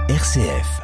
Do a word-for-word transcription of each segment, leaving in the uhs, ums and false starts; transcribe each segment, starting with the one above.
R C F.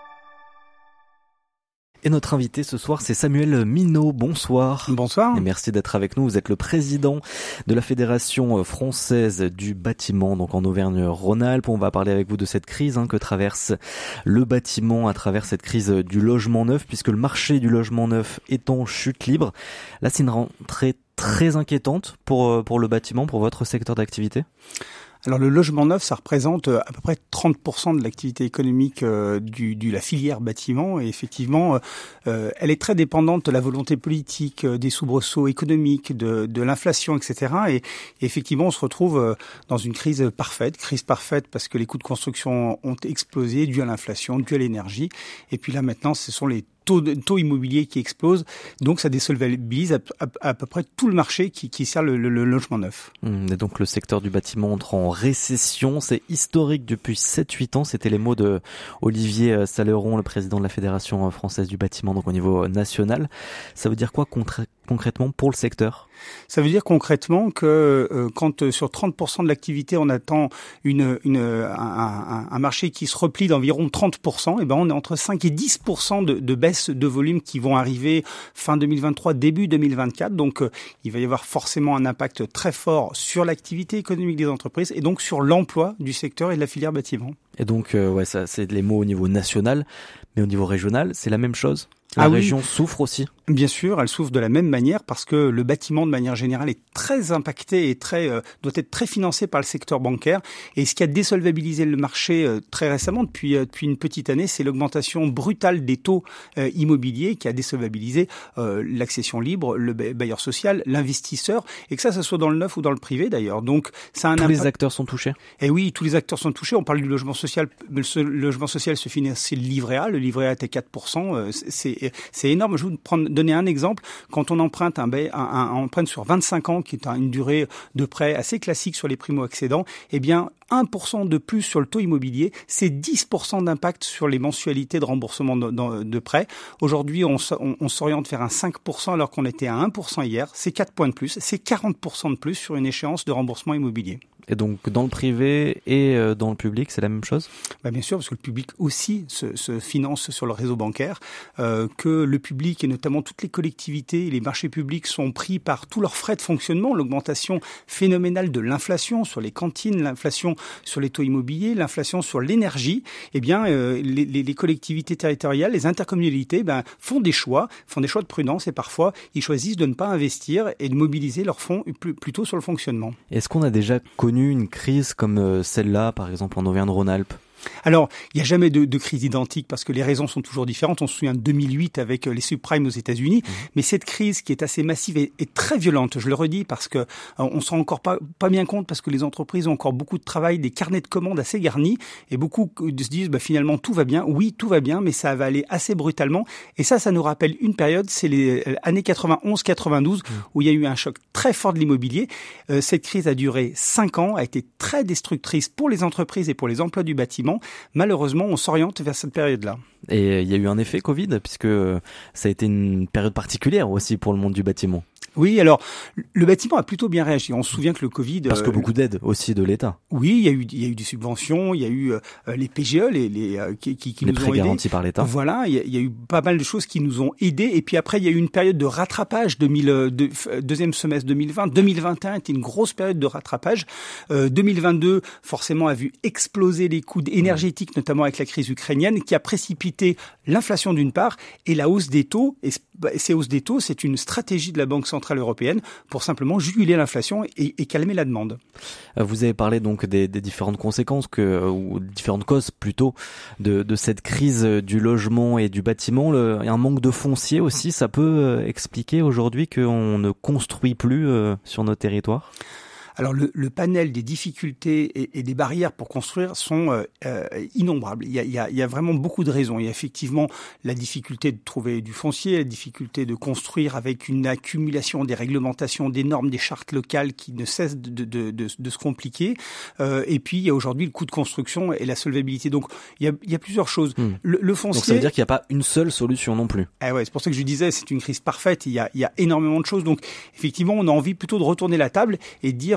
Et notre invité ce soir, c'est Samuel Minot. Bonsoir. Bonsoir. Et merci d'être avec nous. Vous êtes le président de la Fédération française du bâtiment, donc en Auvergne-Rhône-Alpes. On va parler avec vous de cette crise hein, que traverse le bâtiment à travers cette crise du logement neuf, puisque le marché du logement neuf est en chute libre. Là, c'est une rentrée très inquiétante pour, pour le bâtiment, pour votre secteur d'activité. Alors le logement neuf, ça représente à peu près trente pour cent de l'activité économique euh, du, du la filière bâtiment. Et effectivement, euh, elle est très dépendante de la volonté politique, euh, des soubresauts économiques, de, de l'inflation, et cetera. Et, et effectivement, on se retrouve euh, dans une crise parfaite. Crise parfaite parce que les coûts de construction ont explosé, dû à l'inflation, dû à l'énergie. Et puis là, maintenant, ce sont les taux, de, taux immobiliers qui explosent. Donc, ça désolvabilise à, à, à peu près tout le marché qui, qui sert le, le, le logement neuf. Et donc, le secteur du bâtiment entre en récession. C'est historique depuis sept huit ans. C'était les mots de Olivier Saleron, le président de la Fédération française du bâtiment, donc au niveau national. Ça veut dire quoi concr- concrètement pour le secteur ? Ça veut dire concrètement que euh, quand euh, sur trente pour cent de l'activité, on attend une, une, un, un, un marché qui se replie d'environ trente pour cent, et ben on est entre cinq et dix pour cent de, de baisse de volume qui vont arriver fin deux mille vingt-trois, début deux mille vingt-quatre. Donc, euh, il va y avoir forcément un impact très fort sur l'activité économique des entreprises et donc sur l'emploi du secteur et de la filière bâtiment. Et donc, euh, ouais, ça, c'est les mots au niveau national, mais au niveau régional, c'est la même chose ? La ah région oui. souffre aussi ? Bien sûr, elle souffre de la même manière parce que le bâtiment, de manière générale, est très impacté et très euh, doit être très financé par le secteur bancaire. Et ce qui a désolvabilisé le marché euh, très récemment, depuis euh, depuis une petite année, c'est l'augmentation brutale des taux euh, immobiliers qui a désolvabilisé euh, l'accession libre, le bailleur social, l'investisseur, et que ça, ça soit dans le neuf ou dans le privé d'ailleurs. Donc, ça a un tous impact... les acteurs sont touchés. Et oui, tous les acteurs sont touchés. On parle du logement social. Le logement social se financie le livret A. Le livret A était quatre pour cent. Euh, c'est c'est énorme. Je vais vous prendre, donner un exemple. Quand on emprunte un, un, un emprunte sur vingt-cinq ans, qui est une durée de prêt assez classique sur les primo-accédants, eh bien, un pour cent de plus sur le taux immobilier, c'est dix pour cent d'impact sur les mensualités de remboursement de, de, de prêt. Aujourd'hui, on, on, on s'oriente vers un cinq pour cent alors qu'on était à un pour cent hier. C'est quatre points de plus. C'est quarante pour cent de plus sur une échéance de remboursement immobilier. Et donc, dans le privé et dans le public, c'est la même chose ? Bah bien sûr, parce que le public aussi se, se finance sur le réseau bancaire, euh, que le public et notamment toutes les collectivités et les marchés publics sont pris par tous leurs frais de fonctionnement, l'augmentation phénoménale de l'inflation sur les cantines, l'inflation sur les taux immobiliers, l'inflation sur l'énergie. Eh bien, euh, les, les, les collectivités territoriales, les intercommunalités, ben, font des choix, font des choix de prudence et parfois ils choisissent de ne pas investir et de mobiliser leurs fonds plus, plutôt sur le fonctionnement. Est-ce qu'on a déjà connu une crise comme celle-là, par exemple en Auvergne-Rhône-Alpes ? Alors, il n'y a jamais de, de crise identique parce que les raisons sont toujours différentes. On se souvient de deux mille huit avec les subprimes aux États-Unis, mmh. mais cette crise qui est assez massive est, est très violente. Je le redis parce que euh, on se rend encore pas pas bien compte parce que les entreprises ont encore beaucoup de travail, des carnets de commandes assez garnis et beaucoup se disent bah, finalement tout va bien. Oui, tout va bien, mais ça va aller assez brutalement. Et ça, ça nous rappelle une période, c'est les années quatre-vingt-onze quatre-vingt-douze mmh. où il y a eu un choc très fort de l'immobilier. Euh, cette crise a duré cinq ans, a été très destructrice pour les entreprises et pour les emplois du bâtiment. Malheureusement, on s'oriente vers cette période-là. Et il y a eu un effet Covid, puisque ça a été une période particulière aussi pour le monde du bâtiment. Oui, alors le bâtiment a plutôt bien réagi. On se souvient que le Covid... Parce que euh, beaucoup d'aides aussi de l'État. Oui, il y a eu, il y a eu des subventions, il y a eu euh, les P G E, les, les, euh, qui, qui, qui les nous prêts ont aidés. garantis par l'État. Voilà, il y, a, il y a eu pas mal de choses qui nous ont aidés. Et puis après, il y a eu une période de rattrapage, deux mille, de, deuxième semestre deux mille vingt. deux mille vingt et un était une grosse période de rattrapage. Euh, deux mille vingt-deux, forcément, a vu exploser les coûts énergétiques, notamment avec la crise ukrainienne, qui a précipité l'inflation d'une part et la hausse des taux. Et ces hausses des taux, c'est une stratégie de la Banque centrale européenne pour simplement juguler l'inflation et, et calmer la demande. Vous avez parlé donc des, des différentes conséquences que, ou différentes causes plutôt de, de cette crise du logement et du bâtiment. Le, un manque de foncier aussi, ça peut expliquer aujourd'hui qu'on ne construit plus sur nos territoires ? Alors le, le panel des difficultés et, et des barrières pour construire sont euh, euh, innombrables. Il y, a, il, y a, il y a vraiment beaucoup de raisons. Il y a effectivement la difficulté de trouver du foncier, la difficulté de construire avec une accumulation des réglementations, des normes, des chartes locales qui ne cessent de, de, de, de, de se compliquer. Euh, et puis il y a aujourd'hui le coût de construction et la solvabilité. Donc il y a, il y a plusieurs choses. Mmh. Le, le foncier. Donc ça veut dire qu'il n'y a pas une seule solution non plus. Ah ouais, c'est pour ça que je disais c'est une crise parfaite. Il y a, il y a énormément de choses. Donc effectivement on a envie plutôt de retourner la table et de dire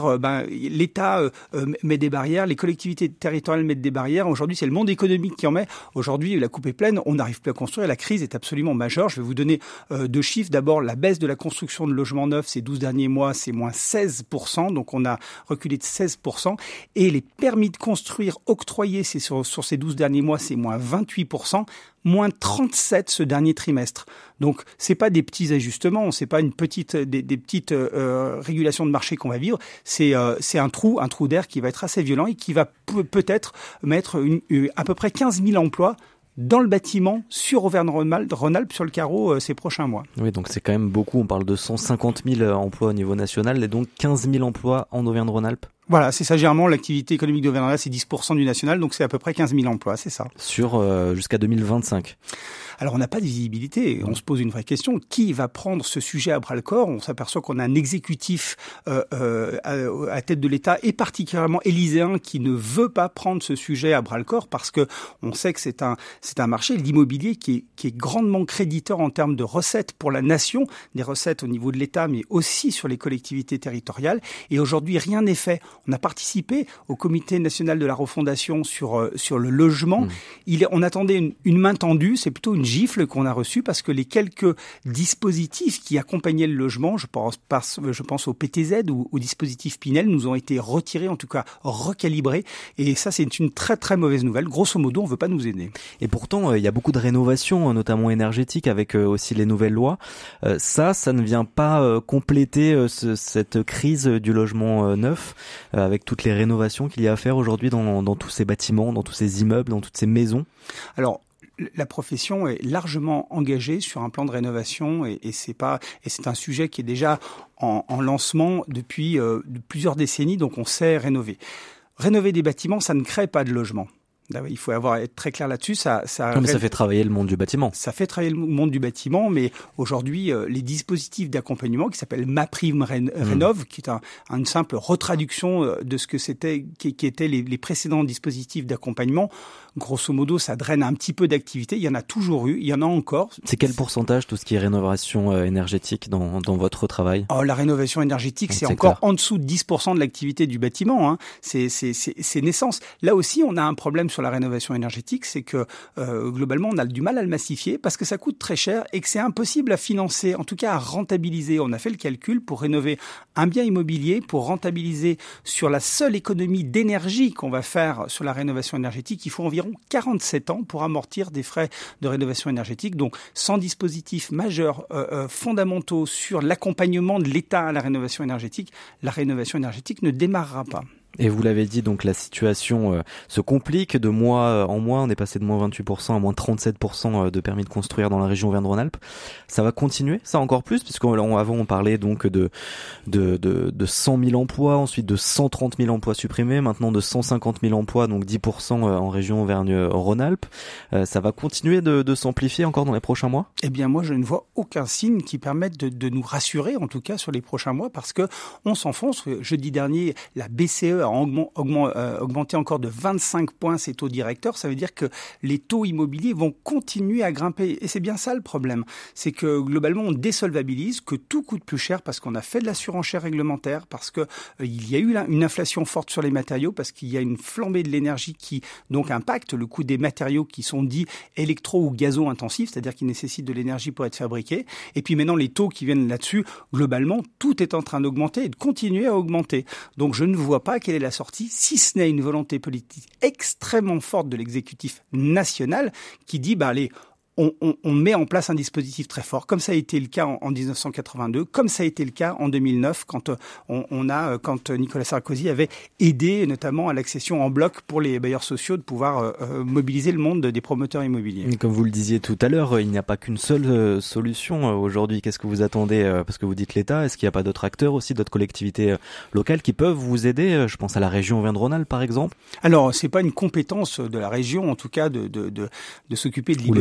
dire, ben, l'État euh, met des barrières, les collectivités territoriales mettent des barrières. Aujourd'hui, c'est le monde économique qui en met. Aujourd'hui, la coupe est pleine, on n'arrive plus à construire. La crise est absolument majeure. Je vais vous donner euh, deux chiffres. D'abord, la baisse de la construction de logements neufs ces douze derniers mois, c'est moins seize pour cent. Donc, on a reculé de seize pour cent. Et les permis de construire octroyés c'est sur, sur ces douze derniers mois, c'est moins vingt-huit pour cent. Moins trente-sept ce dernier trimestre. Donc, c'est pas des petits ajustements, c'est pas une petite, des, des petites euh, régulations de marché qu'on va vivre. C'est, euh, c'est un trou, un trou d'air qui va être assez violent et qui va p- peut-être mettre une, une, à peu près quinze mille emplois dans le bâtiment sur Auvergne-Rhône-Alpes sur le carreau euh, ces prochains mois. Oui, donc c'est quand même beaucoup. On parle de cent cinquante mille emplois au niveau national et donc quinze mille emplois en Auvergne-Rhône-Alpes. Voilà, c'est ça, généralement, l'activité économique d'Auvergne-Rhône-Alpes, c'est dix pour cent du national, donc c'est à peu près quinze mille emplois, c'est ça. Sur euh, jusqu'à deux mille vingt-cinq. Alors, on n'a pas de visibilité. On se pose une vraie question. Qui va prendre ce sujet à bras-le-corps ? On s'aperçoit qu'on a un exécutif euh, euh, à, à tête de l'État, et particulièrement élyséen, qui ne veut pas prendre ce sujet à bras-le-corps parce que on sait que c'est un, c'est un marché, l'immobilier, qui est, qui est grandement créditeur en termes de recettes pour la nation, des recettes au niveau de l'État, mais aussi sur les collectivités territoriales. Et aujourd'hui, rien n'est fait. On a participé au Comité national de la refondation sur, euh, sur le logement. Mmh. Il, on attendait une, une main tendue, c'est plutôt une gifle qu'on a reçue parce que les quelques dispositifs qui accompagnaient le logement, je pense, je pense au P T Z ou au dispositif Pinel, nous ont été retirés, en tout cas recalibrés. Et ça, c'est une très très mauvaise nouvelle. Grosso modo, on ne veut pas nous aider. Et pourtant, il y a beaucoup de rénovations, notamment énergétiques, avec aussi les nouvelles lois. Ça, ça ne vient pas compléter ce, cette crise du logement neuf, avec toutes les rénovations qu'il y a à faire aujourd'hui dans, dans tous ces bâtiments, dans tous ces immeubles, dans toutes ces maisons. Alors, la profession est largement engagée sur un plan de rénovation et, et c'est pas et c'est un sujet qui est déjà en, en lancement depuis euh, plusieurs décennies, donc on sait rénover. Rénover des bâtiments, ça ne crée pas de logement. Il faut avoir, être très clair là-dessus. Ça, ça, non, mais ça fait travailler le monde du bâtiment. Ça fait travailler le monde du bâtiment, mais aujourd'hui, euh, les dispositifs d'accompagnement qui s'appellent MaPrimeRénov', mmh. qui est un, une simple retraduction de ce que c'était, qui, qui étaient les, les précédents dispositifs d'accompagnement. Grosso modo, ça draine un petit peu d'activité. Il y en a toujours eu, il y en a encore. C'est quel pourcentage tout ce qui est rénovation euh, énergétique dans, dans votre travail ? Oh, la rénovation énergétique, c'est, c'est encore clair. En dessous de dix pour cent de l'activité du bâtiment. Hein. C'est, c'est, c'est, c'est naissance. Là aussi, on a un problème sur la rénovation énergétique, c'est que euh, globalement, on a du mal à le massifier parce que ça coûte très cher et que c'est impossible à financer, en tout cas à rentabiliser. On a fait le calcul pour rénover un bien immobilier, pour rentabiliser sur la seule économie d'énergie qu'on va faire sur la rénovation énergétique, il faut environ quarante-sept ans pour amortir des frais de rénovation énergétique. Donc, sans dispositifs majeurs euh, euh, fondamentaux sur l'accompagnement de l'État à la rénovation énergétique, la rénovation énergétique ne démarrera pas. Et vous l'avez dit, donc la situation euh, se complique de mois en mois. On est passé de moins vingt-huit pour cent à moins trente-sept pour cent de permis de construire dans la région Auvergne-Rhône-Alpes. Ça va continuer, ça encore plus, puisqu'avant on parlait donc de, de, de, de cent mille emplois, ensuite de cent trente mille emplois supprimés, maintenant de cent cinquante mille emplois, donc dix pour cent en région Auvergne-Rhône-Alpes. Euh, ça va continuer de, de s'amplifier encore dans les prochains mois ? Eh bien, moi, je ne vois aucun signe qui permette de, de nous rassurer, en tout cas sur les prochains mois, parce que on s'enfonce. Jeudi dernier, la B C E a augmenté encore de vingt-cinq points ses taux directeurs. Ça veut dire que les taux immobiliers vont continuer à grimper. Et c'est bien ça le problème. C'est que globalement, on désolvabilise, que tout coûte plus cher parce qu'on a fait de la surenchère réglementaire, parce que euh, il y a eu une inflation forte sur les matériaux, parce qu'il y a une flambée de l'énergie qui donc impacte le coût des matériaux qui sont dits électro ou gazo-intensifs, c'est-à-dire qui nécessitent de l'énergie pour être fabriqués. Et puis maintenant, les taux qui viennent là-dessus, globalement, tout est en train d'augmenter et de continuer à augmenter. Donc je ne vois pas quelle est la sortie, si ce n'est une volonté politique extrêmement forte de l'exécutif national qui dit, bah allez, On, on, on met en place un dispositif très fort, comme ça a été le cas en, en dix-neuf cent quatre-vingt-deux, comme ça a été le cas en deux mille neuf, quand on, on a, quand Nicolas Sarkozy avait aidé notamment à l'accession en bloc pour les bailleurs sociaux de pouvoir euh, mobiliser le monde des promoteurs immobiliers. Comme vous le disiez tout à l'heure, il n'y a pas qu'une seule euh, solution euh, aujourd'hui. Qu'est-ce que vous attendez euh, parce que vous dites l'État, est-ce qu'il n'y a pas d'autres acteurs aussi, d'autres collectivités euh, locales qui peuvent vous aider euh, Je pense à la région Auvergne-Rhône-Alpes par exemple. Alors, c'est pas une compétence de la région, en tout cas, de, de, de, de s'occuper de l'immobilier. Ou les métropoles.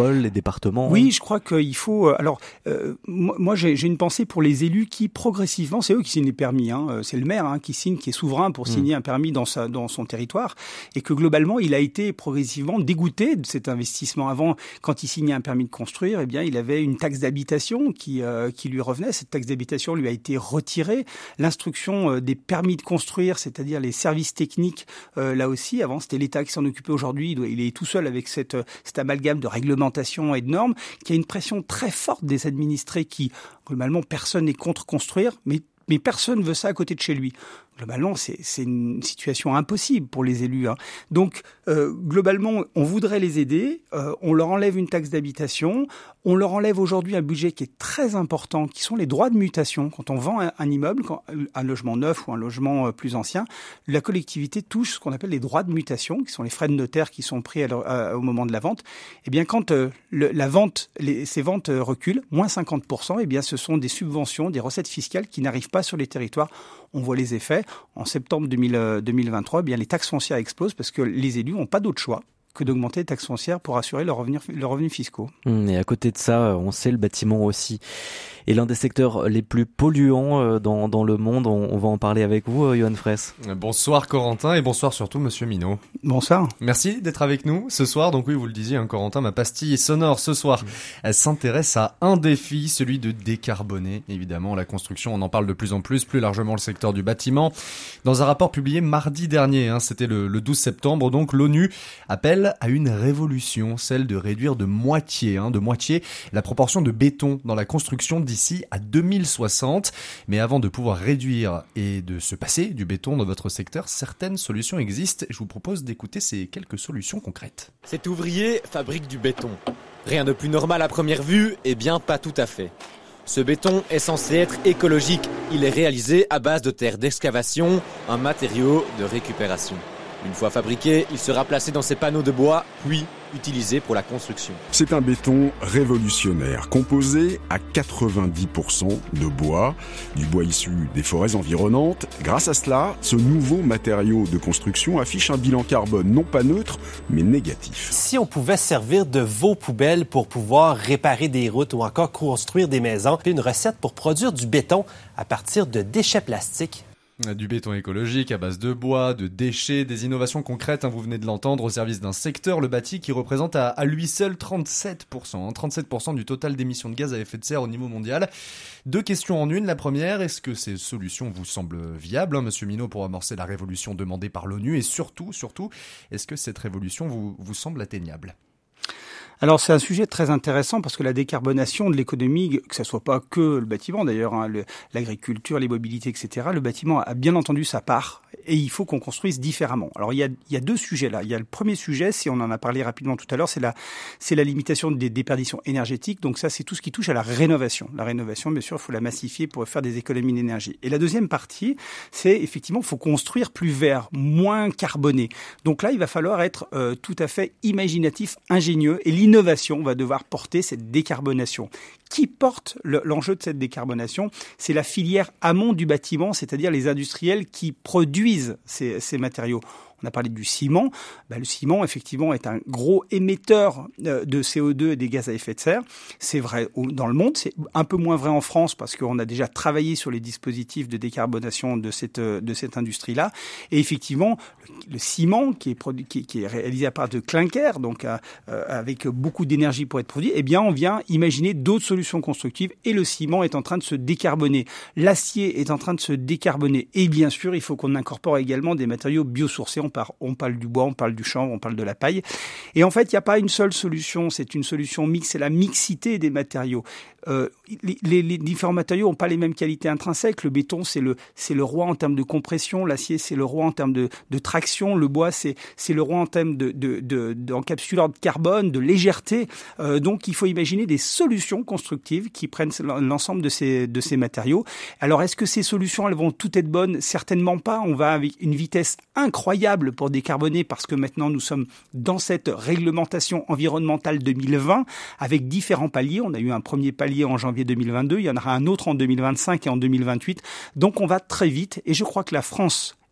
métropoles, les départements. Oui, je crois qu'il faut. Alors, euh, moi, j'ai, j'ai une pensée pour les élus qui progressivement, c'est eux qui signent les permis. Hein, c'est le maire hein, qui signe, qui est souverain pour signer mmh. un permis dans sa, dans son territoire, et que globalement, il a été progressivement dégoûté de cet investissement. Avant, quand il signait un permis de construire, eh bien, il avait une taxe d'habitation qui euh, qui lui revenait. Cette taxe d'habitation lui a été retirée. L'instruction euh, des permis de construire, c'est-à-dire les services techniques, euh, là aussi, avant c'était l'État qui s'en occupait. Aujourd'hui, il, doit, il est tout seul avec cette cet amalgame de réglementation et de normes, qui a une pression très forte des administrés qui, globalement, personne n'est contre construire, mais mais personne veut ça à côté de chez lui. Globalement, c'est, c'est une situation impossible pour les élus. Hein. Donc, euh, globalement, on voudrait les aider. Euh, on leur enlève une taxe d'habitation. On leur enlève aujourd'hui un budget qui est très important, qui sont les droits de mutation. Quand on vend un, un immeuble, quand, un logement neuf ou un logement plus ancien, la collectivité touche ce qu'on appelle les droits de mutation, qui sont les frais de notaire qui sont pris à leur, à, au moment de la vente. Eh bien, quand euh, le, la vente, les, ces ventes reculent, moins cinquante pour cent, eh bien, ce sont des subventions, des recettes fiscales qui n'arrivent pas sur les territoires. On voit les effets. En septembre deux mille vingt-trois, eh bien, les taxes foncières explosent parce que les élus n'ont pas d'autre choix que d'augmenter les taxes foncières pour assurer leurs revenus, leurs revenus fiscaux. Et à côté de ça, on sait le bâtiment aussi est l'un des secteurs les plus polluants dans, dans le monde. On, on va en parler avec vous, Johan Fraisse. Bonsoir Corentin et bonsoir surtout Monsieur Minot. Bonsoir. Merci d'être avec nous ce soir. Donc oui, vous le disiez, hein, Corentin, ma pastille sonore ce soir, mmh. elle s'intéresse à un défi, celui de décarboner. Évidemment, la construction, on en parle de plus en plus, plus largement le secteur du bâtiment. Dans un rapport publié mardi dernier, hein, c'était le, le douze septembre, donc l'ONU appelle à une révolution, celle de réduire de moitié, hein, de moitié la proportion de béton dans la construction d'ici à deux mille soixante. Mais avant de pouvoir réduire et de se passer du béton dans votre secteur, certaines solutions existent. Je vous propose d'écouter ces quelques solutions concrètes. Cet ouvrier fabrique du béton. Rien de plus normal à première vue, eh bien pas tout à fait. Ce béton est censé être écologique. Il est réalisé à base de terre d'excavation, un matériau de récupération. Une fois fabriqué, il sera placé dans ces panneaux de bois, puis utilisé pour la construction. C'est un béton révolutionnaire, composé à quatre-vingt-dix pour cent de bois, du bois issu des forêts environnantes. Grâce à cela, ce nouveau matériau de construction affiche un bilan carbone non pas neutre, mais négatif. Si on pouvait servir de vos poubelles pour pouvoir réparer des routes ou encore construire des maisons, une recette pour produire du béton à partir de déchets plastiques. Du béton écologique à base de bois, de déchets, des innovations concrètes, hein, vous venez de l'entendre, au service d'un secteur, le bâti, qui représente à, à lui seul trente-sept pour cent, hein, trente-sept pour cent du total d'émissions de gaz à effet de serre au niveau mondial. Deux questions en une. La première, est-ce que ces solutions vous semblent viables, hein, Monsieur Minot, pour amorcer la révolution demandée par l'ONU? Et surtout, surtout, est-ce que cette révolution vous, vous semble atteignable? Alors c'est un sujet très intéressant parce que la décarbonation de l'économie, que ça soit pas que le bâtiment d'ailleurs, hein, le, l'agriculture, les mobilités, et cetera, le bâtiment a bien entendu sa part et il faut qu'on construise différemment. Alors il y a, il y a deux sujets là. Il y a le premier sujet, si on en a parlé rapidement tout à l'heure, c'est la, c'est la limitation des déperditions énergétiques. Donc ça, c'est tout ce qui touche à la rénovation. La rénovation, bien sûr, il faut la massifier pour faire des économies d'énergie. Et la deuxième partie, c'est effectivement, il faut construire plus vert, moins carboné. Donc là, il va falloir être euh, tout à fait imaginatif, ingénieux, et l'innovation va devoir porter cette décarbonation. Qui porte le, l'enjeu de cette décarbonation? C'est la filière amont du bâtiment, c'est-à-dire les industriels qui produisent ces, ces matériaux. On a parlé du ciment. Ben, le ciment, effectivement, est un gros émetteur de C O deux et des gaz à effet de serre. C'est vrai dans le monde. C'est un peu moins vrai en France parce qu'on a déjà travaillé sur les dispositifs de décarbonation de cette, de cette industrie-là. Et effectivement, le, le ciment, qui est, produit, qui, qui est réalisé à partir de clinker, donc euh, avec beaucoup d'énergie pour être produit, eh bien, on vient imaginer d'autres solutions constructives. Et le ciment est en train de se décarboner. L'acier est en train de se décarboner. Et bien sûr, il faut qu'on incorpore également des matériaux biosourcés. On parle, on parle du bois, on parle du chanvre, on parle de la paille. Et en fait, il n'y a pas une seule solution. C'est une solution mixte, c'est la mixité des matériaux. Euh, les, les, les différents matériaux n'ont pas les mêmes qualités intrinsèques. Le béton, c'est le, c'est le roi en termes de compression. L'acier, c'est le roi en termes de, de traction. Le bois, c'est, c'est le roi en termes de, de, de, d'encapsuleur de carbone, de légèreté. Euh, donc, il faut imaginer des solutions constructives qui prennent l'ensemble de ces, de ces matériaux. Alors, est-ce que ces solutions, elles vont toutes être bonnes? Certainement pas. On va avec une vitesse incroyable pour décarboner parce que maintenant nous sommes dans cette réglementation environnementale deux mille vingt avec différents paliers. On a eu un premier palier en janvier deux mille vingt-deux, il y en aura un autre en deux mille vingt-cinq et en deux mille vingt-huit. Donc on va très vite et je crois que la France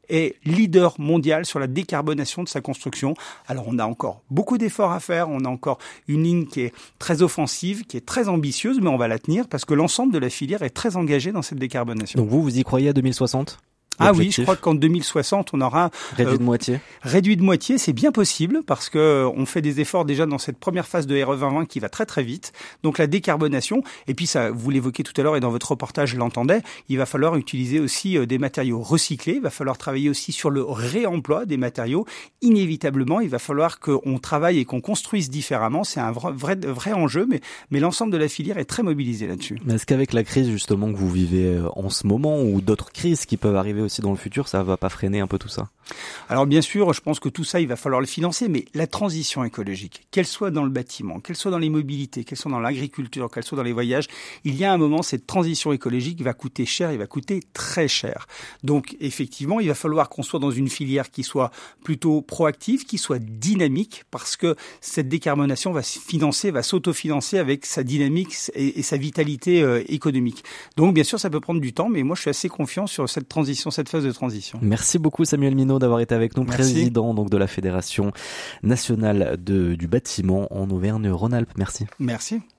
est leader mondial sur la décarbonation de sa construction. Alors on a encore beaucoup d'efforts à faire, on a encore une ligne qui est très offensive, qui est très ambitieuse, mais on va la tenir parce que l'ensemble de la filière est très engagée dans cette décarbonation. Donc vous, vous y croyez à deux mille soixante ? Ah oui, je crois qu'en deux mille soixante, on aura réduit euh, de moitié. Réduit de moitié, c'est bien possible parce que on fait des efforts déjà dans cette première phase de R E vingt vingt qui va très très vite. Donc la décarbonation, et puis ça, vous l'évoquez tout à l'heure et dans votre reportage, je l'entendais, il va falloir utiliser aussi des matériaux recyclés, il va falloir travailler aussi sur le réemploi des matériaux. Inévitablement, il va falloir qu'on travaille et qu'on construise différemment. C'est un vrai vrai, vrai enjeu, mais mais l'ensemble de la filière est très mobilisée là-dessus. Mais est-ce qu'avec la crise justement que vous vivez en ce moment ou d'autres crises qui peuvent arriver aussi dans le futur, ça va pas freiner un peu tout ça? Alors bien sûr, je pense que tout ça, il va falloir le financer, mais la transition écologique, qu'elle soit dans le bâtiment, qu'elle soit dans les mobilités, qu'elle soit dans l'agriculture, qu'elle soit dans les voyages, il y a un moment, cette transition écologique va coûter cher, il va coûter très cher. Donc effectivement, il va falloir qu'on soit dans une filière qui soit plutôt proactive, qui soit dynamique, parce que cette décarbonation va se financer, va s'autofinancer avec sa dynamique et, et sa vitalité euh, économique. Donc bien sûr, ça peut prendre du temps, mais moi je suis assez confiant sur cette transition, cette phase de transition. Merci beaucoup Samuel Minot d'avoir été avec nous, Merci. président donc de la Fédération nationale de, du bâtiment en Auvergne-Rhône-Alpes. Merci. Merci.